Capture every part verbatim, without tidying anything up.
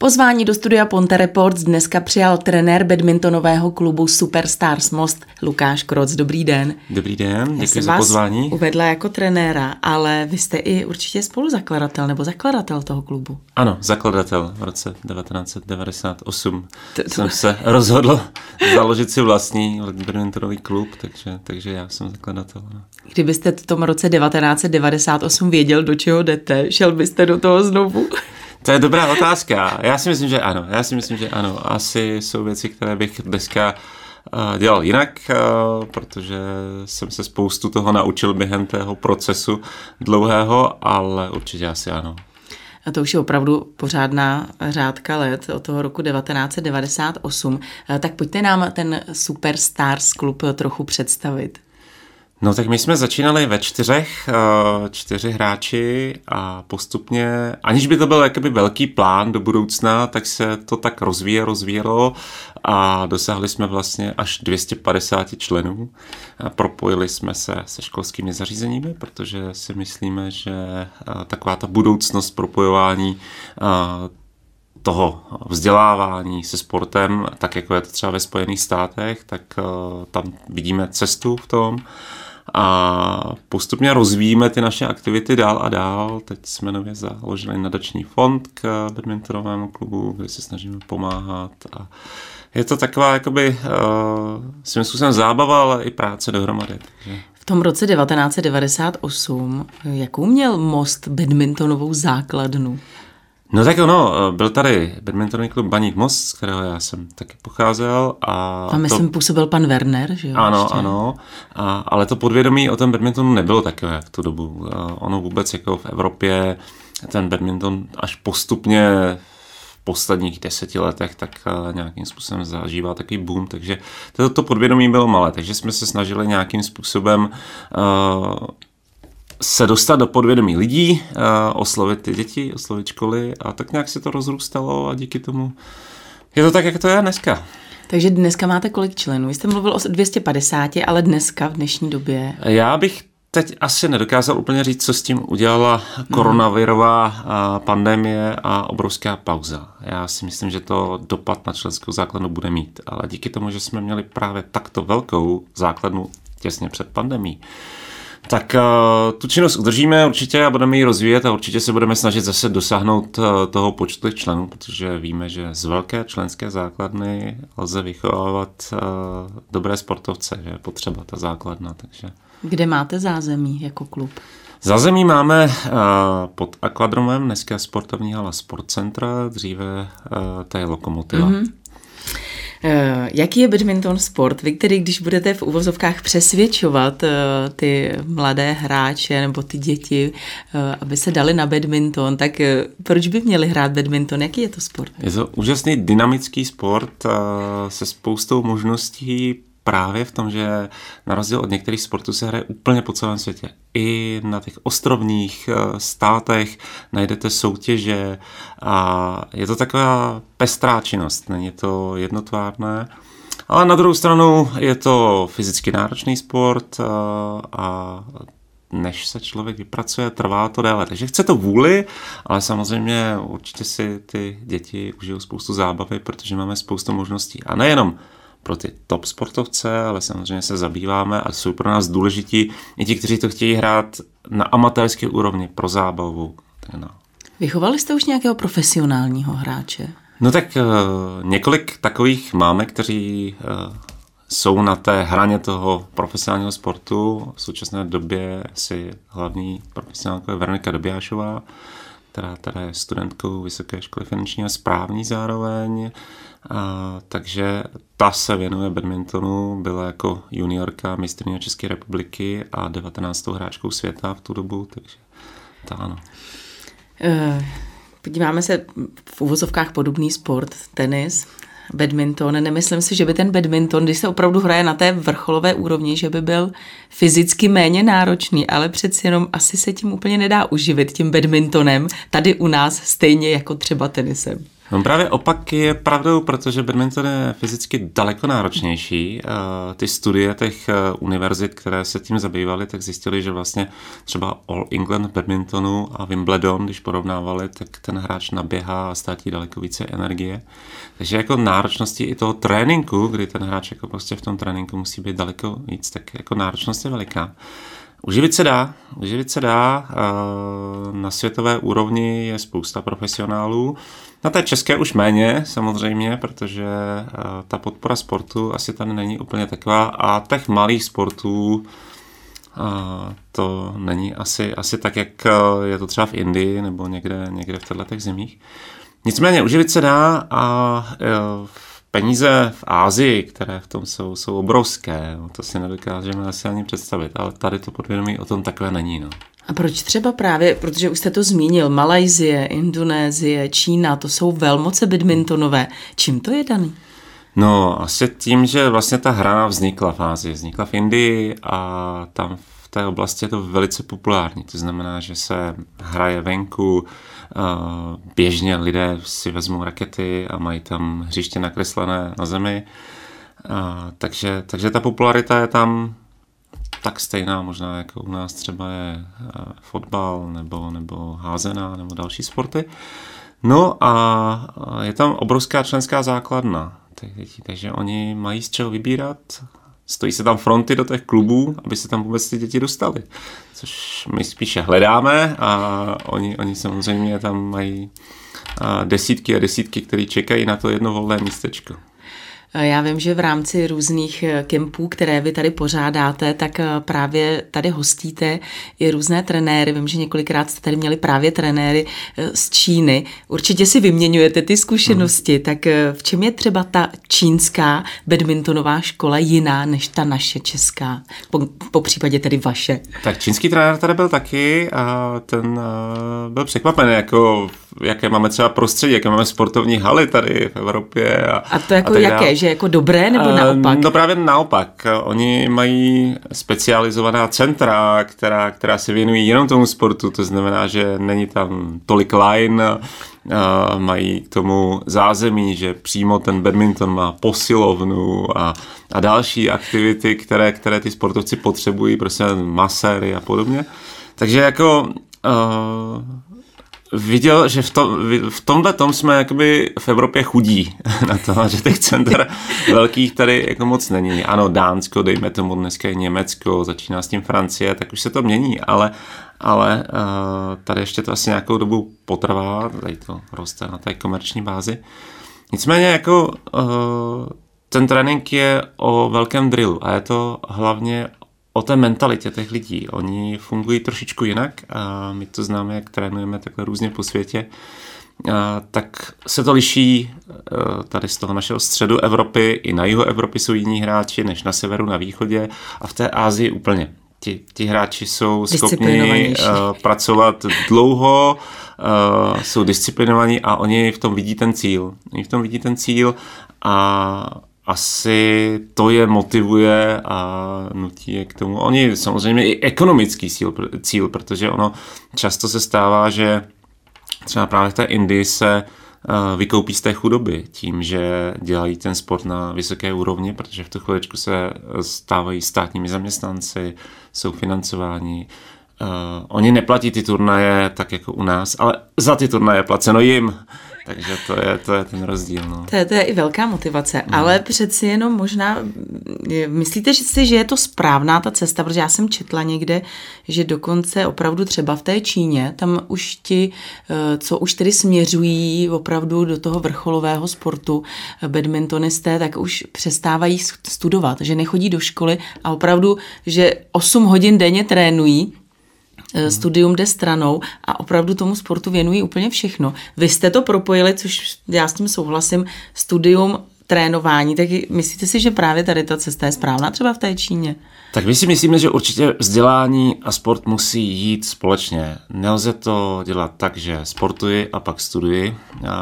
Pozvání do studia Ponte Reports dneska přijal trenér badmintonového klubu Superstars Most Lukáš Kroc. Dobrý den. Dobrý den, děkuji za pozvání. Já jsem vás uvedla jako trenéra, ale vy jste i určitě spoluzakladatel nebo zakladatel toho klubu. Ano, zakladatel. V roce devatenáct set devadesát osm to, to... jsem se rozhodl založit si vlastní badmintonový klub, takže, takže já jsem zakladatel. Kdybyste v tom roce devatenáct set devadesát osm věděl, do čeho jdete, šel byste do toho znovu? To je dobrá otázka. Já si myslím, že ano. Já si myslím, že ano. Asi jsou věci, které bych dneska uh, dělal jinak, uh, protože jsem se spoustu toho naučil během tého procesu dlouhého, ale určitě asi ano. A to už je opravdu pořádná řádka let od toho roku devatenáct set devadesát osm. Tak pojďte nám ten Superstars klub trochu představit. No tak my jsme začínali ve čtyřech, čtyři hráči a postupně, aniž by to byl jakoby velký plán do budoucna, tak se to tak rozvíje, rozvíjelo a dosáhli jsme vlastně až dvě stě padesát členů. A propojili jsme se se školskými zařízeními, protože si myslíme, že taková ta budoucnost propojování toho vzdělávání se sportem, tak jako je to třeba ve Spojených státech, tak tam vidíme cestu v tom. A postupně rozvíjíme ty naše aktivity dál a dál. Teď jsme nově založili nadační fond k badmintonovému klubu, kde se snažíme pomáhat. A je to taková jakoby uh, svým způsobem zábava, ale i práce dohromady. Takže. V tom roce devatenáct set devadesát osm, jakou měl Most badmintonovou základnu? No tak ono, byl tady badmintonový klub Baník Most, z kterého já jsem taky pocházel. A tam myslím to... působil pan Werner, že jo? Ano, ještě. ano, a, ale to podvědomí o tom badmintonu nebylo takové v tu dobu. A ono vůbec jako v Evropě ten badminton až postupně v posledních deseti letech tak nějakým způsobem zažívá takový boom, takže to, to podvědomí bylo malé, takže jsme se snažili nějakým způsobem uh, se dostat do podvědomí lidí, uh, oslovit ty děti, oslovit školy a tak nějak se to rozrůstalo a díky tomu je to tak, jak to je dneska. Takže dneska máte kolik členů? Vy jste mluvil o dvě stě padesáti, ale dneska v dnešní době? Já bych teď asi nedokázal úplně říct, co s tím udělala koronavirová pandemie a obrovská pauza. Já si myslím, že to dopad na členskou základnu bude mít, ale díky tomu, že jsme měli právě takto velkou základnu těsně před pandemií, tak uh, tu činnost udržíme určitě a budeme ji rozvíjet a určitě se budeme snažit zase dosáhnout uh, toho počtu členů, protože víme, že z velké členské základny lze vychovávat uh, dobré sportovce, že je potřeba ta základna. Takže. Kde máte zázemí jako klub? Zázemí máme uh, pod Akvadromem, dneska sportovní hala Sportcentra, dříve uh, to je Lokomotiva. Mm-hmm. Uh, jaký je badminton sport? Vy, který když budete v uvozovkách přesvědčovat uh, ty mladé hráče nebo ty děti, uh, aby se dali na badminton, tak uh, proč by měli hrát badminton? Jaký je to sport? Je to úžasný dynamický sport uh, se spoustou možností právě v tom, že na rozdíl od některých sportů se hraje úplně po celém světě. I na těch ostrovních státech najdete soutěže a je to taková pestrá činnost, není to jednotvárné. Ale na druhou stranu je to fyzicky náročný sport a, a než se člověk vypracuje, trvá to déle. Takže chce to vůli, ale samozřejmě určitě si ty děti užijou spoustu zábavy, protože máme spoustu možností. A nejenom pro ty top sportovce, ale samozřejmě se zabýváme a jsou pro nás důležití i ti, kteří to chtějí hrát na amatérské úrovni pro zábavu. No. Vychovali jste už nějakého profesionálního hráče? No tak uh, několik takových máme, kteří uh, jsou na té hraně toho profesionálního sportu. V současné době si hlavní profesionálka je Veronika Dobijášová, která teda je studentkou Vysoké školy finanční a správní zároveň. A, takže ta se věnuje badmintonu, byla jako juniorka mistryně České republiky a devatenáctou hráčkou světa v tu dobu, takže ta ano. Podíváme se v uvozovkách podobný sport, tenis, badminton. Nemyslím si, že by ten badminton, když se opravdu hraje na té vrcholové úrovni, že by byl fyzicky méně náročný, ale přeci jenom asi se tím úplně nedá uživit, tím badmintonem, tady u nás stejně jako třeba tenisem. No právě opak je pravdou, protože badminton je fyzicky daleko náročnější. Ty studie těch univerzit, které se tím zabývaly, tak zjistili, že vlastně třeba All England badmintonu a Wimbledon, když porovnávali, tak ten hráč naběhá a ztratí daleko více energie. Takže jako náročnosti i toho tréninku, kdy ten hráč jako prostě v tom tréninku musí být daleko víc, tak jako náročnost je veliká. Uživit se dá, uživit se dá, na světové úrovni je spousta profesionálů, na té české už méně samozřejmě, protože ta podpora sportu asi tady není úplně taková a těch malých sportů to není asi, asi tak, jak je to třeba v Indii nebo někde, někde v těchto zemích. Nicméně uživit se dá a peníze v Asii, které v tom jsou, jsou obrovské, no, to si nedokážeme asi ani představit, ale tady to podvědomí o tom takové není. No. A proč třeba právě, protože už jste to zmínil, Malajsie, Indonésie, Čína, to jsou velmoce badmintonové. Čím to je daný? No, asi tím, že vlastně ta hra vznikla v Asii, vznikla v Indii a tam v té oblasti je to velice populární. To znamená, že se hraje venku, běžně lidé si vezmou rakety a mají tam hřiště nakreslené na zemi. Takže, takže ta popularita je tam tak stejná, možná jako u nás třeba je fotbal nebo, nebo házená nebo další sporty. No a je tam obrovská členská základna těch dětí, takže oni mají z čeho vybírat. Stojí se tam fronty do těch klubů, aby se tam vůbec ty děti dostali. Což my spíše hledáme a oni, oni samozřejmě tam mají desítky a desítky, které čekají na to jedno volné místečko. Já vím, že v rámci různých kempů, které vy tady pořádáte, tak právě tady hostíte i různé trenéry. Vím, že několikrát jste tady měli právě trenéry z Číny. Určitě si vyměňujete ty zkušenosti. Hmm. Tak v čem je třeba ta čínská badmintonová škola jiná než ta naše česká? Po, po případě tedy vaše. Tak čínský trenér tady byl taky a ten byl překvapený, jako jaké máme třeba prostředí, jaké máme sportovní haly tady v Evropě. A, a to jako a jaké? Že jako dobré nebo naopak? No právě naopak. Oni mají specializovaná centra, která, která se věnují jenom tomu sportu, to znamená, že není tam tolik line, mají k tomu zázemí, že přímo ten badminton má posilovnu a, a další aktivity, které, které ty sportovci potřebují, prostě maséry a podobně. Takže jako uh, viděl, že v, tom, v tomhle tom jsme jakoby v Evropě chudí na to, že těch center velkých tady jako moc není. Ano, Dánsko, dejme tomu, dneska je Německo, začíná s tím Francie, tak už se to mění, ale, ale uh, tady ještě to asi nějakou dobu potrvá, tady to roste na té komerční bázi. Nicméně jako uh, ten trénink je o velkém drillu a je to hlavně o té mentalitě těch lidí. Oni fungují trošičku jinak a my to známe, jak trénujeme takhle různě po světě. A tak se to liší tady z toho našeho středu Evropy, i na jihu Evropy jsou jiní hráči než na severu, na východě a v té Asii úplně. Ti, ti hráči jsou schopni uh, pracovat dlouho, uh, jsou disciplinovaní a oni v tom vidí ten cíl. Oni v tom vidí ten cíl a asi to je motivuje a nutí je k tomu. Oni samozřejmě i ekonomický cíl, cíl, protože ono často se stává, že třeba právě v té Indii se uh, vykoupí z té chudoby tím, že dělají ten sport na vysoké úrovni, protože v tu chvíličku se stávají státními zaměstnanci, jsou financováni. Uh, oni neplatí ty turnaje tak jako u nás, ale za ty turnaje placeno jim. Takže to je, to je ten rozdíl. No. To, je, to je i velká motivace, mm. ale přeci jenom možná, myslíte si, že je to správná ta cesta, protože já jsem četla někde, že dokonce opravdu třeba v té Číně, tam už ti, co už tedy směřují opravdu do toho vrcholového sportu badmintonisté, tak už přestávají studovat, že nechodí do školy a opravdu, že osm hodin denně trénují, studium jde stranou a opravdu tomu sportu věnují úplně všechno. Vy jste to propojili, což já s tím souhlasím, studium, trénování, tak myslíte si, že právě tady ta cesta je správná třeba v té Číně? Tak my si myslíme, že určitě vzdělání a sport musí jít společně. Nelze to dělat tak, že sportuji a pak studuji,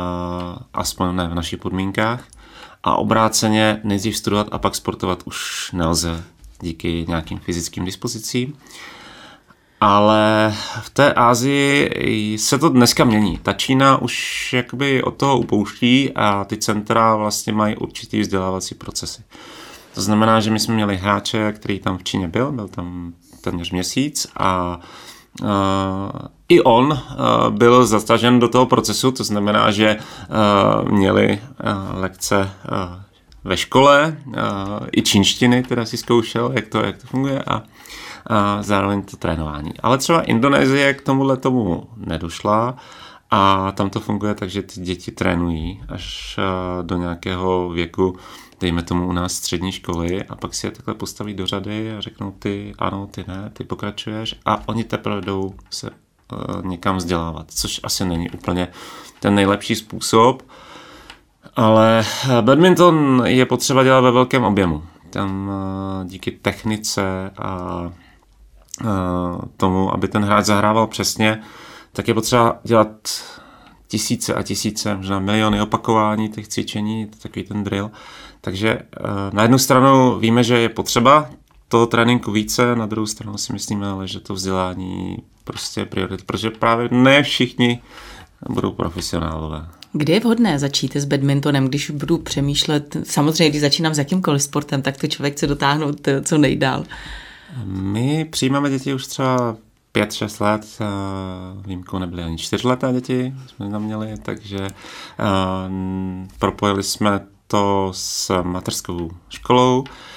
aspoň ne v našich podmínkách, a obráceně nejdřív studovat a pak sportovat už nelze díky nějakým fyzickým dispozicím. Ale v té Asii se to dneska mění. Ta Čína už jakoby od toho upouští a ty centra vlastně mají určitý vzdělávací procesy. To znamená, že my jsme měli hráče, který tam v Číně byl, byl tam téměř měsíc a uh, i on uh, byl zatažen do toho procesu, to znamená, že uh, měli uh, lekce uh, ve škole, uh, i čínštiny, teda si zkoušel, jak to, jak to funguje a a zároveň to trénování. Ale třeba Indonésie k tomuhle tomu nedošla a tam to funguje tak, že ty děti trénují až do nějakého věku, dejme tomu u nás střední školy a pak si je takhle postaví do řady a řeknou ty ano, ty ne, ty pokračuješ a oni teprve jdou se uh, někam vzdělávat, což asi není úplně ten nejlepší způsob, ale badminton je potřeba dělat ve velkém objemu. Tam uh, díky technice a tomu, aby ten hráč zahrával přesně, tak je potřeba dělat tisíce a tisíce, možná miliony opakování těch cvičení, to takový ten drill. Takže na jednu stranu víme, že je potřeba toho tréninku více, na druhou stranu si myslíme, ale že to vzdělání prostě je priorita, protože právě ne všichni budou profesionálové. Kdy je vhodné začít s badmintonem, když budu přemýšlet, samozřejmě když začínám s jakýmkoliv sportem, tak to člověk chce dotáhnout co nejdál. My přijímáme děti už třeba pět šest let, výjimkou nebyly ani čtyřleté děti, jsme tam měli, takže uh, propojili jsme to s mateřskou školou,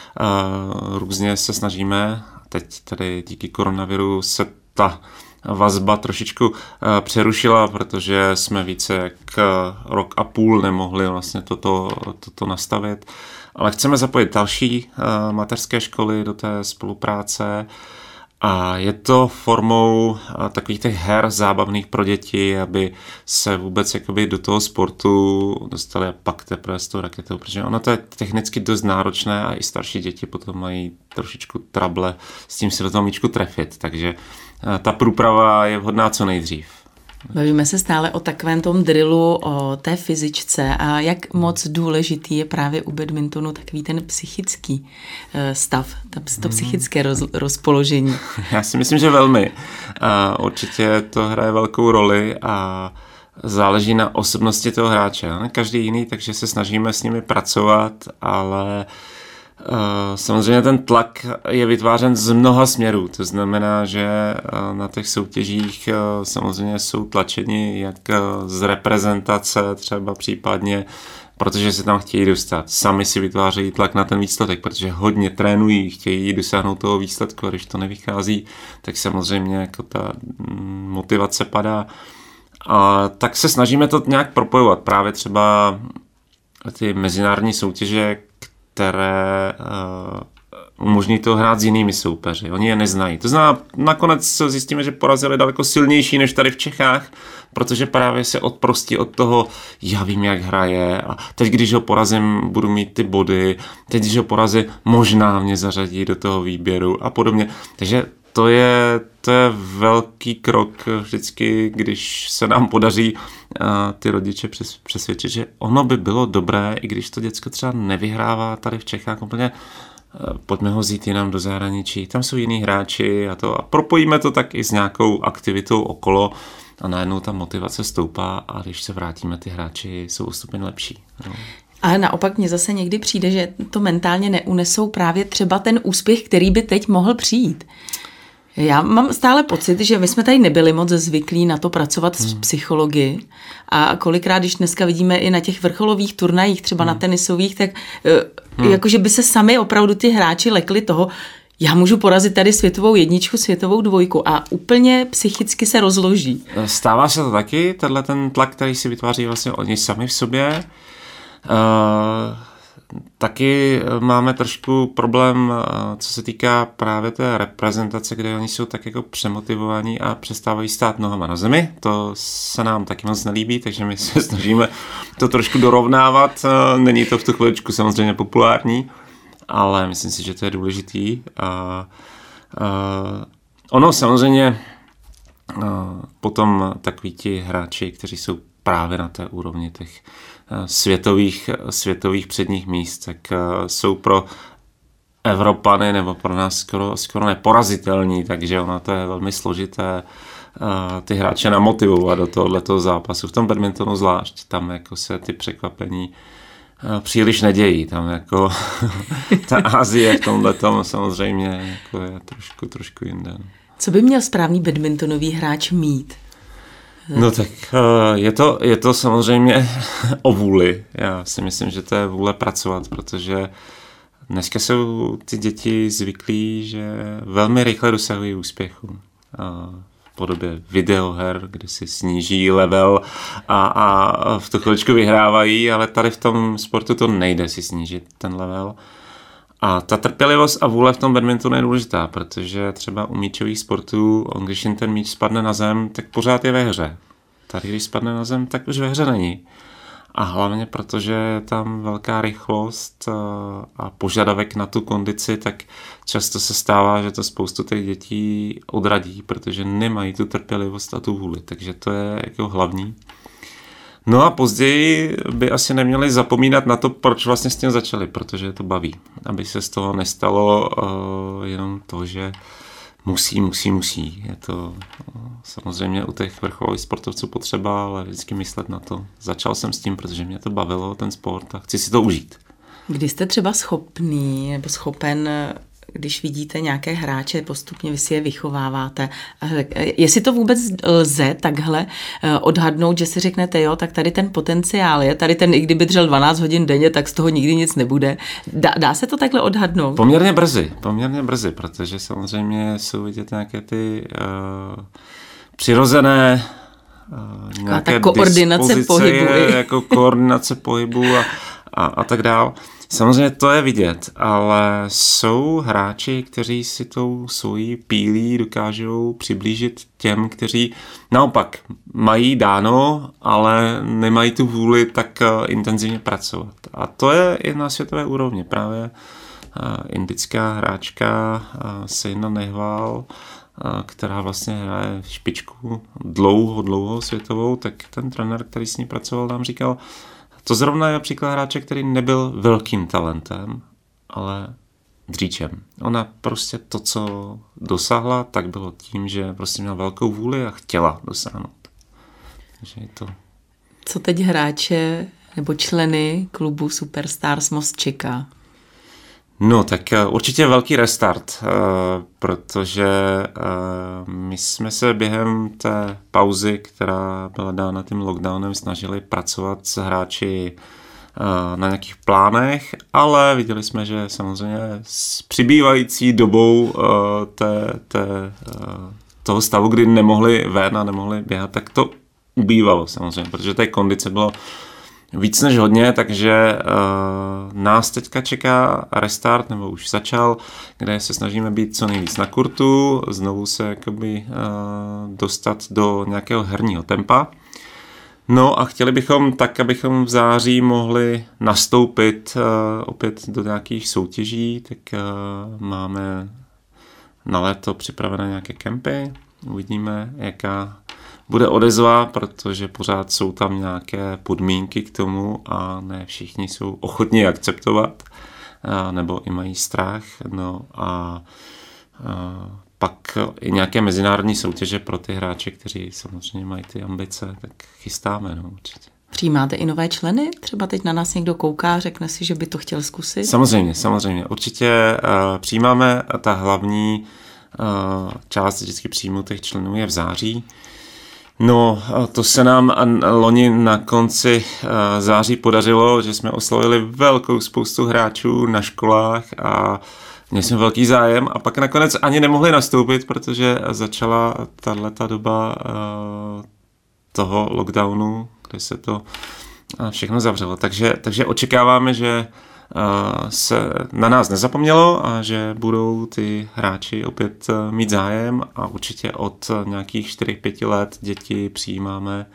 uh, různě se snažíme, teď tady díky koronaviru se ta vazba trošičku uh, přerušila, protože jsme více jak uh, rok a půl nemohli vlastně toto, toto nastavit. Ale chceme zapojit další uh, mateřské školy do té spolupráce a je to formou uh, takových těch her zábavných pro děti, aby se vůbec jakoby do toho sportu dostali a pak teprve s tou raketou, protože ono to je technicky dost náročné a i starší děti potom mají trošičku trable s tím se do toho míčku trefit, takže uh, ta průprava je vhodná co nejdřív. Bavíme se stále o takovém tom drillu, o té fyzičce a jak moc důležitý je právě u badmintonu takový ten psychický stav, to psychické roz, rozpoložení. Já si myslím, že velmi. A určitě to hraje velkou roli a záleží na osobnosti toho hráče. Každý jiný, takže se snažíme s nimi pracovat, ale samozřejmě ten tlak je vytvářen z mnoha směrů, to znamená, že na těch soutěžích samozřejmě jsou tlačeni jak z reprezentace třeba případně, protože se tam chtějí dostat. Sami si vytvářejí tlak na ten výsledek, protože hodně trénují, chtějí dosáhnout toho výsledku a když to nevychází, tak samozřejmě jako ta motivace padá. A tak se snažíme to nějak propojovat. Právě třeba ty mezinárodní soutěže, které uh, umožní to hrát s jinými soupeři. Oni je neznají. To znamená, nakonec zjistíme, že porazili je daleko silnější než tady v Čechách, protože právě se odprostí od toho, já vím, jak hraje a teď, když ho porazím, budu mít ty body, teď, když ho porazím, možná mě zařadí do toho výběru a podobně. Takže to je, to je velký krok vždycky, když se nám podaří uh, ty rodiče přes, přesvědčit, že ono by bylo dobré, i když to děcko třeba nevyhrává tady v Čechách úplně, uh, pojďme ho vzít jinam do zahraničí, tam jsou jiní hráči a to a propojíme to tak i s nějakou aktivitou okolo a najednou ta motivace stoupá a když se vrátíme, ty hráči jsou o stupeň lepší. No. Ale naopak mně zase někdy přijde, že to mentálně neunesou právě třeba ten úspěch, který by teď mohl přijít. Já mám stále pocit, že my jsme tady nebyli moc zvyklí na to pracovat hmm. s psychologi a kolikrát, když dneska vidíme i na těch vrcholových turnajích, třeba hmm. na tenisových, tak hmm. jakože by se sami opravdu ty hráči lekli toho, já můžu porazit tady světovou jedničku, světovou dvojku a úplně psychicky se rozloží. Stává se to taky, tenhle ten tlak, který si vytváří vlastně oni sami v sobě. Uh... Taky máme trošku problém, co se týká právě té reprezentace, kde oni jsou tak jako přemotivovaní a přestávají stát nohama na zemi. To se nám taky moc nelíbí, takže my se snažíme to trošku dorovnávat. Není to v tu chviličku samozřejmě populární, ale myslím si, že to je důležitý. A, a, ono samozřejmě a, potom takoví ti hráči, kteří jsou právě na té úrovni těch světových, světových předních míst, tak jsou pro Evropany, nebo pro nás skoro, skoro neporazitelní, takže ono to je velmi složité ty hráče namotivovat do tohoto zápasu. V tom badmintonu zvlášť, tam jako se ty překvapení příliš nedějí. Tam jako ta Asie v tomhletom samozřejmě jako je trošku, trošku jinde. Co by měl správný badmintonový hráč mít? No tak je to, je to samozřejmě o vůli. Já si myslím, že to je vůle pracovat, protože dneska jsou ty děti zvyklí, že velmi rychle dosahují úspěchu. V podobě videoher, kde si sníží level a, a v tu chviličku vyhrávají, ale tady v tom sportu to nejde si snížit ten level. A ta trpělivost a vůle v tom badmintonu je důležitá, protože třeba u míčových sportů, když jim ten míč spadne na zem, tak pořád je ve hře. Tady, když spadne na zem, tak už ve hře není. A hlavně, protože je tam velká rychlost a požadavek na tu kondici, tak často se stává, že to spoustu těch dětí odradí, protože nemají tu trpělivost a tu vůli. Takže to je jako hlavní. No a později by asi neměli zapomínat na to, proč vlastně s tím začali, protože je to baví. Aby se z toho nestalo uh, jenom to, že musí, musí, musí. Je to uh, samozřejmě u těch vrcholových sportovců potřeba, ale vždycky myslet na to. Začal jsem s tím, protože mě to bavilo, ten sport, a chci si to užít. Kdy jste třeba schopný nebo schopen, když vidíte nějaké hráče, postupně vy si je vychováváte. Jestli to vůbec lze takhle odhadnout, že si řeknete, jo, tak tady ten potenciál je, tady ten, i kdyby držel dvanáct hodin denně, tak z toho nikdy nic nebude. Dá, dá se to takhle odhadnout? Poměrně brzy, poměrně brzy, protože samozřejmě jsou vidět nějaké ty uh, přirozené uh, nějaké koordinace pohybu. Jako koordinace pohybu a, a, a tak dál. Samozřejmě to je vidět, ale jsou hráči, kteří si tou svojí pílí dokážou přiblížit těm, kteří naopak mají dáno, ale nemají tu vůli tak intenzivně pracovat. A to je i na světové úrovni. Právě indická hráčka Saina Nehwal, která vlastně hraje špičku dlouho, dlouho světovou, tak ten trenér, který s ní pracoval, nám říkal, to zrovna je například hráče, který nebyl velkým talentem, ale dříčem. Ona prostě to, co dosáhla, tak bylo tím, že prostě měla velkou vůli a chtěla dosáhnout. Takže je to... Co teď hráče nebo členy klubu Superstars Most čeká? No, tak určitě velký restart, protože my jsme se během té pauzy, která byla dána tím lockdownem, snažili pracovat s hráči na nějakých plánech, ale viděli jsme, že samozřejmě s přibývající dobou té, té, toho stavu, kdy nemohli ven a nemohli běhat, tak to ubývalo samozřejmě, protože té kondice bylo víc než hodně, takže uh, nás teďka čeká restart, nebo už začal, kde se snažíme být co nejvíc na kurtu, znovu se jakoby uh, dostat do nějakého herního tempa. No a chtěli bychom tak, abychom v září mohli nastoupit uh, opět do nějakých soutěží, tak uh, máme na léto připravené nějaké kempy, uvidíme, jaká bude odezva, protože pořád jsou tam nějaké podmínky k tomu a ne všichni jsou ochotní akceptovat, nebo i mají strach. No a, a pak i nějaké mezinárodní soutěže pro ty hráče, kteří samozřejmě mají ty ambice, tak chystáme, no, určitě. Přijímáte i nové členy? Třeba teď na nás někdo kouká a řekne si, že by to chtěl zkusit? Samozřejmě, samozřejmě. Určitě uh, přijímáme, ta hlavní uh, část vždycky příjmu těch členů je v září. No, to se nám loni na konci září podařilo, že jsme oslovili velkou spoustu hráčů na školách a měli jsme velký zájem a pak nakonec ani nemohli nastoupit, protože začala tato doba toho lockdownu, kde se to všechno zavřelo. Takže, takže očekáváme, že se na nás nezapomnělo a že budou ty hráči opět mít zájem a určitě od nějakých čtyři pět let děti přijímáme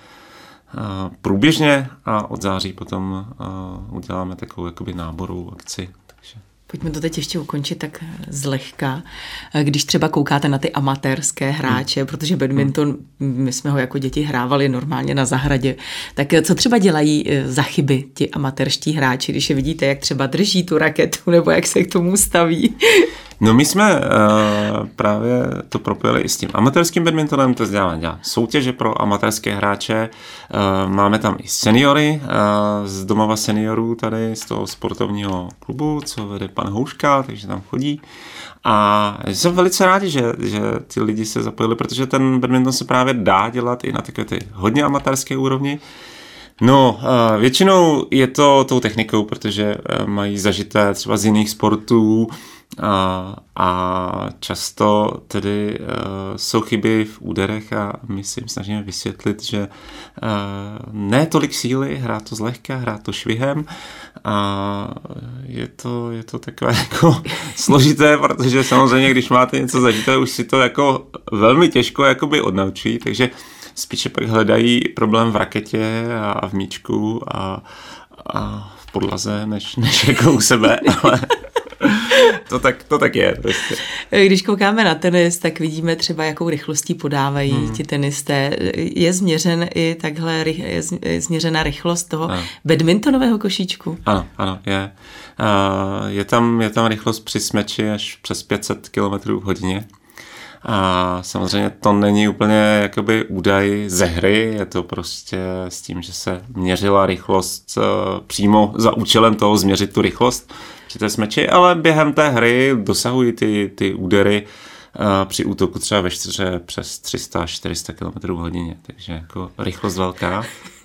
průběžně a od září potom uděláme takovou jakoby náborovou akci. Takže. Pojďme to teď ještě ukončit tak zlehka. Když třeba koukáte na ty amatérské hráče, hmm. protože badminton, my jsme ho jako děti hrávali normálně na zahradě, tak co třeba dělají za chyby ti amatérští hráči, když je vidíte, jak třeba drží tu raketu nebo jak se k tomu staví? No my jsme uh, právě to propojili i s tím amatérským badmintonem, to děláme dělá soutěže pro amatérské hráče, uh, máme tam i seniory uh, z domova seniorů tady, z toho sportovního klubu, co vede pan Houška, takže tam chodí. A jsem velice rádi, že, že ty lidi se zapojili, protože ten badminton se právě dá dělat i na takové ty hodně amatérské úrovni. No, většinou je to tou technikou, protože mají zažité třeba z jiných sportů a, a často tedy uh, jsou chyby v úderech a my si jim snažíme vysvětlit, že uh, ne tolik síly, hrát to zlehka, hrát to švihem a je to, je to takové jako složité, protože samozřejmě, když máte něco zažité, už si to jako velmi těžko jakoby odnaučí, takže spíše pak hledají problém v raketě a v míčku a, a v podlaze, než, než jako u sebe, ale to tak, to tak je. Prostě. Když koukáme na tenis, tak vidíme třeba, jakou rychlostí podávají hmm. ti tenisté. Je změřen i takhle, je změřena rychlost toho ano. badmintonového košíčku? Ano, ano, je. Je tam, je tam rychlost při smeči až přes pět set kilometrů v hodině. A samozřejmě to není úplně jakoby údaj ze hry, je to prostě s tím, že se měřila rychlost přímo za účelem toho změřit tu rychlost při té smeči, ale během té hry dosahují ty, ty údery při útoku třeba ve čtyře přes tři sta až čtyři sta kilometrů v hodině, takže jako rychlost velká.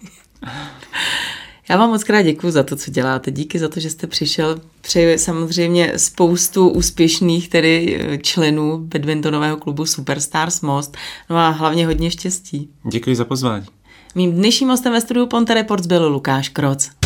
Já vám moc krát děkuju za to, co děláte. Díky za to, že jste přišel. Přeji samozřejmě spoustu úspěšných tedy členů badmintonového klubu Superstars Most. No a hlavně hodně štěstí. Děkuji za pozvání. Mým dnešním hostem ve studiu Ponte Reports byl Lukáš Kroc.